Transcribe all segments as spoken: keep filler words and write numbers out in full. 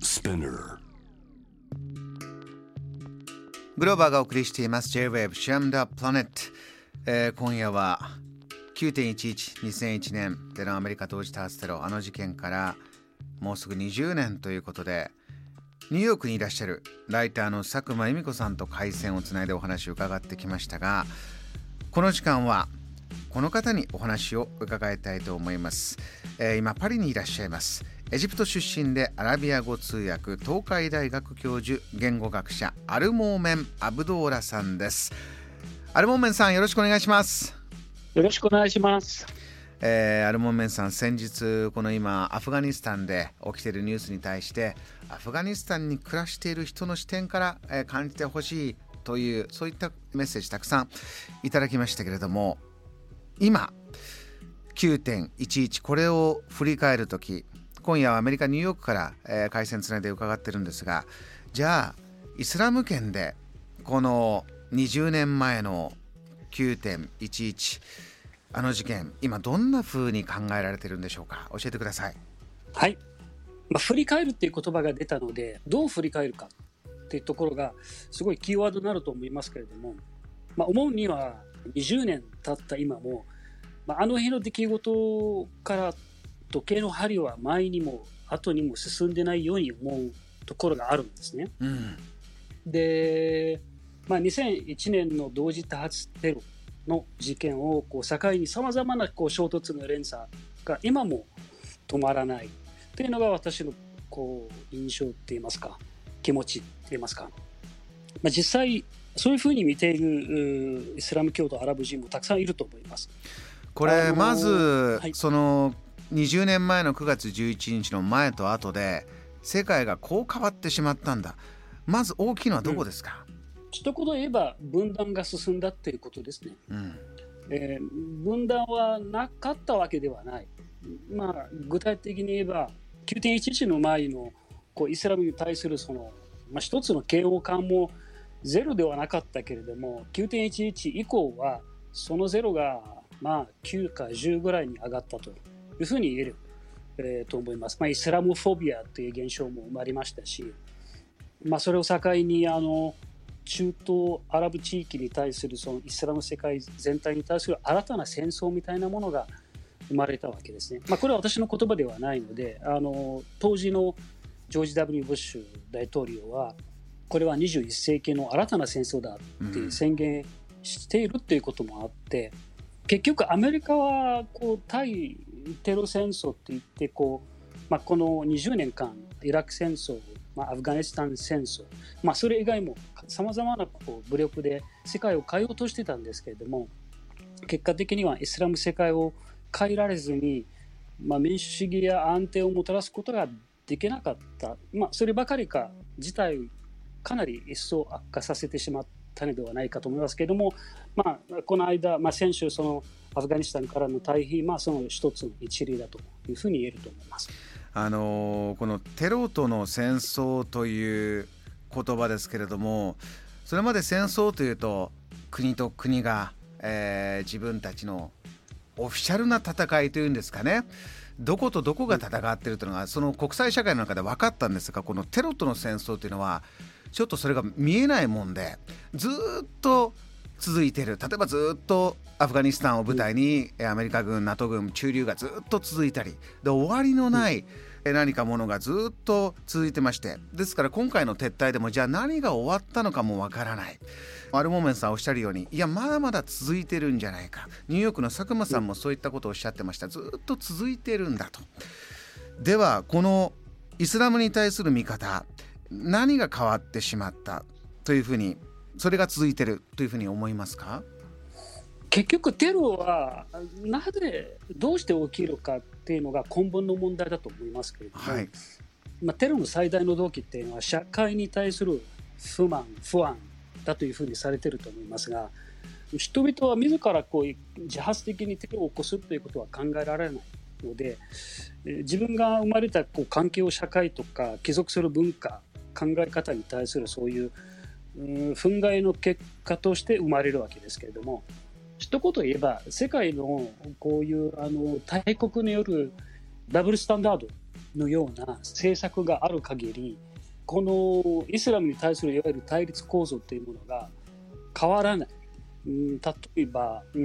Spinner グローバーがお送りしています J-Wave Sham the Planet、えー、今夜は きゅうてんいちいちにせんいちねんでのアメリカ同時多発テロ、あの事件からもうすぐにじゅうねんということで、ニューヨークにいらっしゃるライターの佐久間由美子さんと回線をつないでお話を伺ってきましたが、この時間はこの方にお話を伺いたいと思います、えー、今パリにいらっしゃいますエジプト出身でアラビア語通訳、東海大学教授、言語学者アルモーメン・アブドーラさんです。アルモーメンさん、よろしくお願いします。 よろしくお願いします。 えー、アルモーメンさん、先日この今アフガニスタンで起きているニュースに対して、アフガニスタンに暮らしている人の視点から、えー、感じてほしいという、そういったメッセージたくさんいただきましたけれども、今 きゅうてんいちいち これを振り返るとき、今夜はアメリカニューヨークから、えー、回線つないで伺ってるんですが、じゃあイスラム圏でこのにじゅうねんまえの きゅうてんいちいち、あの事件、今どんな風に考えられてるんでしょうか。教えてください。 はい、まあ、振り返るっていう言葉が出たので、どう振り返るかっていうところがすごいキーワードになると思いますけれども、まあ、思うにはにじゅうねん経った今も、まあ、あの日の出来事から時計の針は前にも後にも進んでないように思うところがあるんですね、うん、で、まあ、にせんいちねんの同時多発テロの事件をこう境にさまざまなこう衝突の連鎖が今も止まらないというのが私のこう印象っていいますか、気持ちって言いますか、まあ、実際そういうふうに見ているイスラム教徒アラブ人もたくさんいると思います。 これまず、はい、そのにじゅうねんまえのくがつじゅういちにちの前と後で世界がこう変わってしまったんだ。まず大きいのはどこですか？うん、 一言言えば分断が進んだということですね、うんえー、分断はなかったわけではない、まあ、具体的に言えば きゅうてんいちいち の前のこうイスラムに対するその、まあ、一つの嫌悪感もゼロではなかったけれども、 きゅうてんいちいち 以降はそのゼロがまあきゅうかじゅうぐらいに上がったというふうに言える、えー、と思います。まあ、イスラムフォビアという現象も生まれましたし、まあ、それを境にあの中東アラブ地域に対するそのイスラム世界全体に対する新たな戦争みたいなものが生まれたわけですね。まあ、これは私の言葉ではないので、あの当時のジョージ ダブリュー ブッシュ大統領はこれはにじゅういっせいきの新たな戦争だって宣言しているっていうこともあって、うん、結局アメリカはこう対テロ戦争って言ってこう、まあ、このにじゅうねんかんイラク戦争、まあ、アフガニスタン戦争、まあ、それ以外もさまざまなこう武力で世界を変えようとしてたんですけれども、結果的にはイスラム世界を変えられずに、まあ、民主主義や安定をもたらすことができなかった、まあ、そればかりか事態をかなり一層悪化させてしまったのではないかと思いますけれども、まあ、この間、まあ、先週そのアフガニスタンからの退避、まあ、その一つの一例だというふうに言えると思います。 あのー、このテロとの戦争という言葉ですけれども、それまで戦争というと国と国が、えー、自分たちのオフィシャルな戦いというんですかね、どことどこが戦っているというのがその国際社会の中で分かったんですが、このテロとの戦争というのはちょっとそれが見えないもんでずっと続いている。例えばずっとアフガニスタンを舞台にアメリカ軍、ナト 軍、駐留がずっと続いたりで、終わりのない何かものがずっと続いてまして、ですから今回の撤退でもじゃあ何が終わったのかもわからない。アルモーメンさんおっしゃるように、いやまだまだ続いてるんじゃないか。ニューヨークの佐久間さんもそういったことをおっしゃってました。ずっと続いてるんだと。ではこのイスラムに対する見方、何が変わってしまったというふうに、それが続いてるというふうに思いますか？ 結局テロはなぜどうして起きるかっていうのが根本の問題だと思いますけれども、はい、まあ、テロの最大の動機っていうのは社会に対する不満不安だというふうにされていると思いますが、人々は自らこう自発的にテロを起こすということは考えられないので、自分が生まれたこう環境社会とか帰属する文化考え方に対するそういう憤慨の結果として生まれるわけですけれども、一言言えば世界のこういうあの大国によるダブルスタンダードのような政策がある限り、このイスラムに対するいわゆる対立構造というものが変わらない。うん、例えば、うん、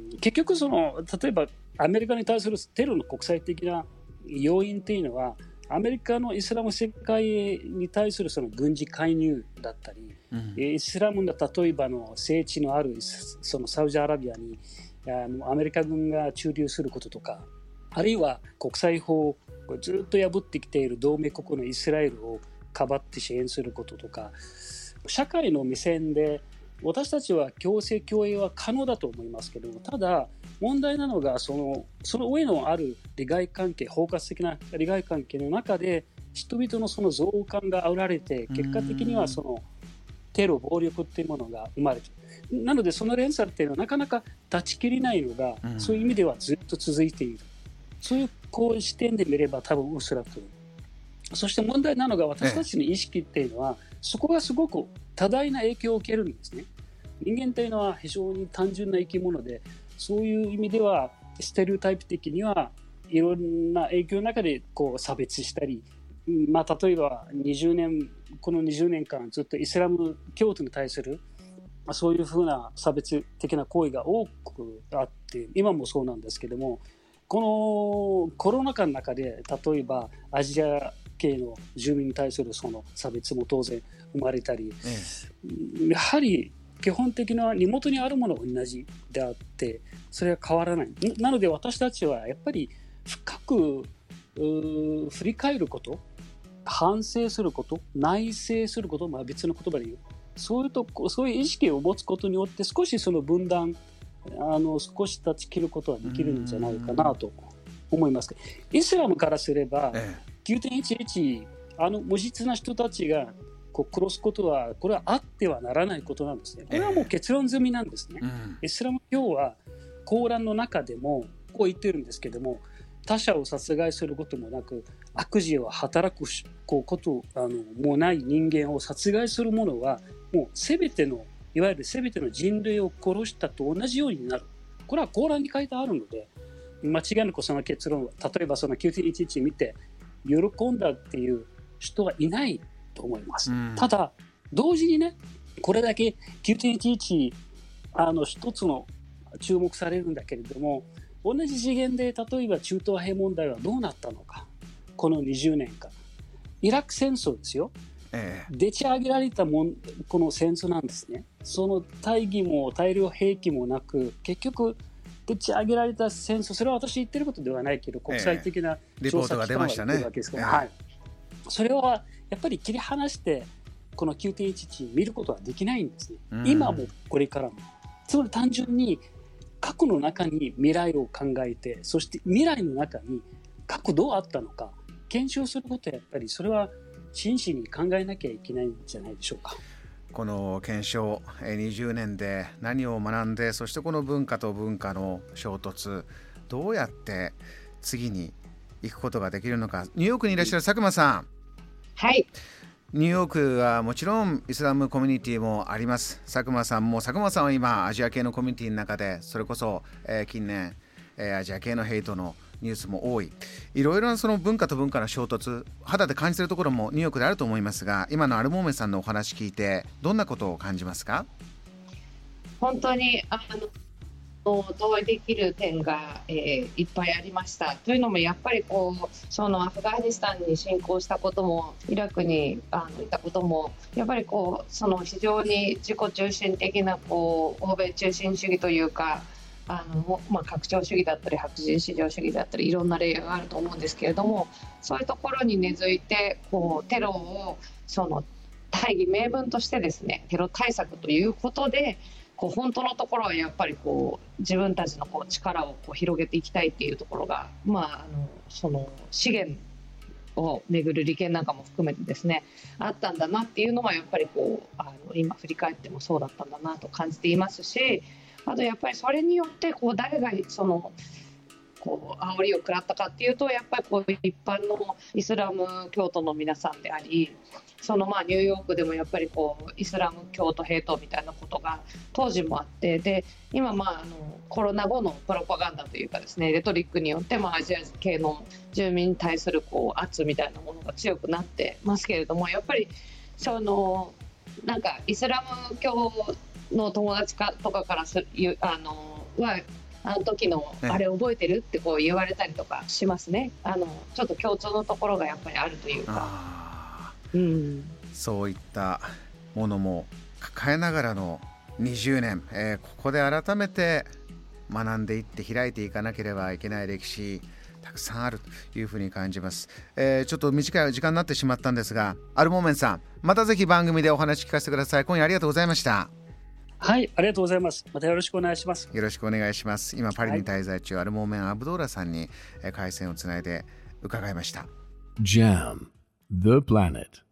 結局その例えばアメリカに対するテロの国際的な要因というのは、アメリカのイスラム世界に対するその軍事介入だったり、うん、イスラムの例えばの聖地のあるそのサウジアラビアにあのアメリカ軍が駐留することとか、あるいは国際法をずっと破ってきている同盟国のイスラエルをかばって支援することとか、社会の目線で私たちは共生共栄は可能だと思いますけども、ただ問題なのがそのその上のある利害関係、包括的な利害関係の中で人々のその増感が煽られて、結果的にはそのテロ暴力っていうものが生まれている。なのでその連鎖っていうのはなかなか断ち切れないのが、うん、そういう意味ではずっと続いている。そういうこう視点で見れば多分おそらく。そして問題なのが私たちの意識っていうのは、ええ、そこがすごく多大な影響を受けるんですね。人間というのは非常に単純な生き物で、そういう意味ではステレオタイプ的にはいろんな影響の中でこう差別したり、まあ、例えばにじゅうねんこのにじゅうねんかんずっとイスラム教徒に対する、まあ、そういうふうな差別的な行為が多くあって、今もそうなんですけども、このコロナ禍の中で例えばアジア系の住民に対するその差別も当然生まれたり、うん、やはり基本的な根元にあるものは同じであって、それは変わらない。なので私たちはやっぱり深く振り返ること、反省すること、内省すること、まあ、別の言葉で言う、そういうとそういう意識を持つことによって少しその分断、あの少し断ち切ることはできるんじゃないかなと思います。イスラムからすれば、ええ、きゅうてんいちいち あの無実な人たちがこう殺すことはこれはあってはならないことなんですね。これはもう結論済みなんですね、えー、イスラム教はコーランの中でもこう言ってるんですけども、他者を殺害することもなく悪事を働くこうことあのもない人間を殺害する者はもう全てのいわゆる全ての人類を殺したと同じようになる。これはコーランに書いてあるので、間違いなくその結論は、例えばその きゅうてんいちいち 見て喜んだっていう人はいないと思います、うん、ただ同時にね、これだけ きゅうてんいちいち あの一つの注目されるんだけれども、同じ次元で例えば中東和平問題はどうなったのか、このにじゅうねんかんイラク戦争ですよ、ええ、でち上げられたもんこの戦争なんですね。その大義も大量兵器もなく、結局でち上げられた戦争、それは私言ってることではないけど国際的な調査機関が言ってるわけですから、はい、それはやっぱり切り離してこの きゅうてんいちいち 見ることはできないんですね、うん、今もこれからも。つまり単純に過去の中に未来を考えて、そして未来の中に過去どうあったのか検証することはやっぱりそれは真摯に考えなきゃいけないんじゃないでしょうか。 この検証にじゅうねんで何を学んで、そしてこの文化と文化の衝突、どうやって次に行くことができるのか。ニューヨークにいらっしゃる佐久間さん、 はい、 ニューヨークはもちろんイスラムコミュニティもあります。佐久間さんも佐久間さんは今アジア系のコミュニティの中で、それこそ、えー、近年、えー、アジア系のヘイトのニュースも多い、いろいろなその文化と文化の衝突、肌で感じているところもニューヨークであると思いますが、今のアルモーメさんのお話聞いてどんなことを感じますか？ 本当にあの同意できる点が、えー、いっぱいありました。というのもやっぱりこうそのアフガニスタンに侵攻したことも、イラクにあのいたことも、やっぱりこうその非常に自己中心的なこう欧米中心主義というか、あのまあ、拡張主義だったり白人至上主義だったりいろんなレイヤーがあると思うんですけれども、そういうところに根付いてこうテロをその大義名分としてですね、テロ対策ということでこう本当のところはやっぱりこう自分たちのこう力をこう広げていきたいっていうところが、まあ、あのその資源をめぐる利権なんかも含めてですねあったんだなっていうのはやっぱりこうあの今振り返ってもそうだったんだなと感じていますし、あとやっぱりそれによってこう誰がそのこう煽りを食らったかっていうと、やっぱりこう一般のイスラム教徒の皆さんであり、そのまあニューヨークでもやっぱりこうイスラム教徒ヘイトみたいなことが当時もあって、で今まああのコロナ後のプロパガンダというかですね、レトリックによってまあアジア系の住民に対するこう圧みたいなものが強くなってますけれども、やっぱりそのなんかイスラム教の友達かとかからすあのはあの時のあれ覚えてるってこう言われたりとかしますね。あのちょっと共通のところがやっぱりあるというか、 あ、 うん、 そういったものも抱えながらのにじゅうねん、えー、ここで改めて学んでいって開いていかなければいけない歴史たくさんあるというふうに感じます。えー、ちょっと短い時間になってしまったんですが、アルモーメンさん、またぜひ番組でお話聞かせてください。今夜ありがとうございました。 はい、ありがとうございます。またよろしくお願いします。 よろしくお願いします。今パリに滞在中、はい、アルモーメン・アブドーラさんに回線をつないで伺いました。 ジャム The Planet